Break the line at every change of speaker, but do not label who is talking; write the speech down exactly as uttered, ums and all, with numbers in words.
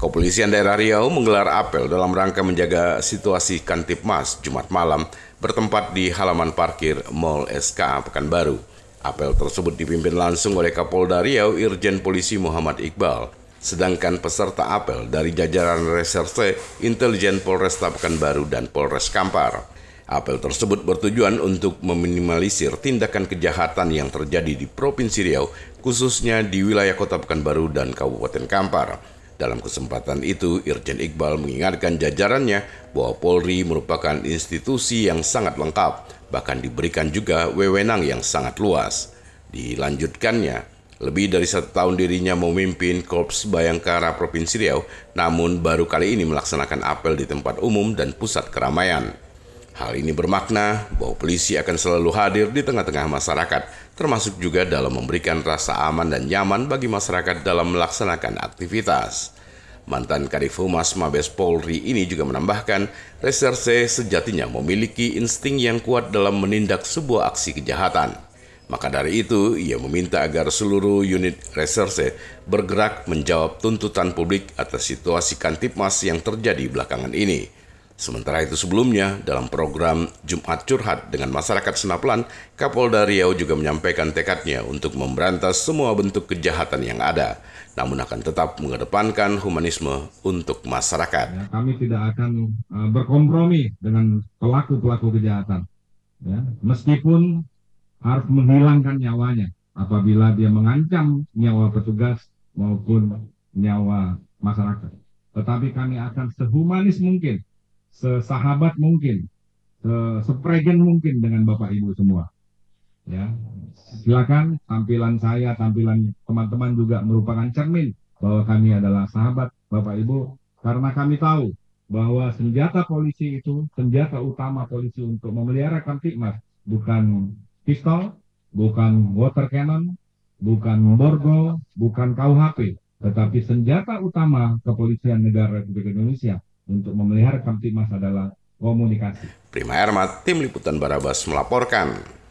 Kepolisian Daerah Riau menggelar apel dalam rangka menjaga situasi Kamtibmas Jumat malam bertempat di halaman parkir Mall S K A Pekanbaru. Apel tersebut dipimpin langsung oleh Kapolda Riau Irjen Polisi Muhammad Iqbal. Sedangkan peserta apel dari jajaran Reserse, Intelijen Polresta Pekanbaru dan Polres Kampar. Apel tersebut bertujuan untuk meminimalisir tindakan kejahatan yang terjadi di Provinsi Riau, khususnya di wilayah Kota Pekanbaru dan Kabupaten Kampar. Dalam kesempatan itu, Irjen Iqbal mengingatkan jajarannya bahwa Polri merupakan institusi yang sangat lengkap, bahkan diberikan juga wewenang yang sangat luas. Dilanjutkannya, lebih dari satu tahun dirinya memimpin Korps Bayangkara Provinsi Riau, namun baru kali ini melaksanakan apel di tempat umum dan pusat keramaian. Hal ini bermakna bahwa polisi akan selalu hadir di tengah-tengah masyarakat, termasuk juga dalam memberikan rasa aman dan nyaman bagi masyarakat dalam melaksanakan aktivitas. Mantan Kadif Humas Mabes Polri ini juga menambahkan, Reserse sejatinya memiliki insting yang kuat dalam menindak sebuah aksi kejahatan. Maka dari itu, ia meminta agar seluruh unit Reserse bergerak menjawab tuntutan publik atas situasi Kamtibmas yang terjadi belakangan ini. Sementara itu sebelumnya, dalam program Jumat Curhat dengan Masyarakat Senaplan, Kapolda Riau juga menyampaikan tekadnya untuk memberantas semua bentuk kejahatan yang ada, namun akan tetap mengedepankan humanisme untuk masyarakat.
Ya, kami tidak akan uh, berkompromi dengan pelaku-pelaku kejahatan, ya, meskipun harus menghilangkan nyawanya apabila dia mengancam nyawa petugas maupun nyawa masyarakat. Tetapi kami akan sehumanis mungkin, sesahabat mungkin, sepregen mungkin dengan Bapak Ibu semua. Ya, silakan tampilan saya, tampilan teman-teman juga merupakan cermin bahwa kami adalah sahabat Bapak Ibu, karena kami tahu bahwa senjata polisi itu, senjata utama polisi untuk memelihara Kamtibmas bukan pistol, bukan water cannon, bukan borgol, bukan K U H P, tetapi senjata utama kepolisian negara Republik Indonesia untuk memelihara Kamtibmas adalah komunikasi.
Prima Ermat, Tim Liputan Barabas melaporkan.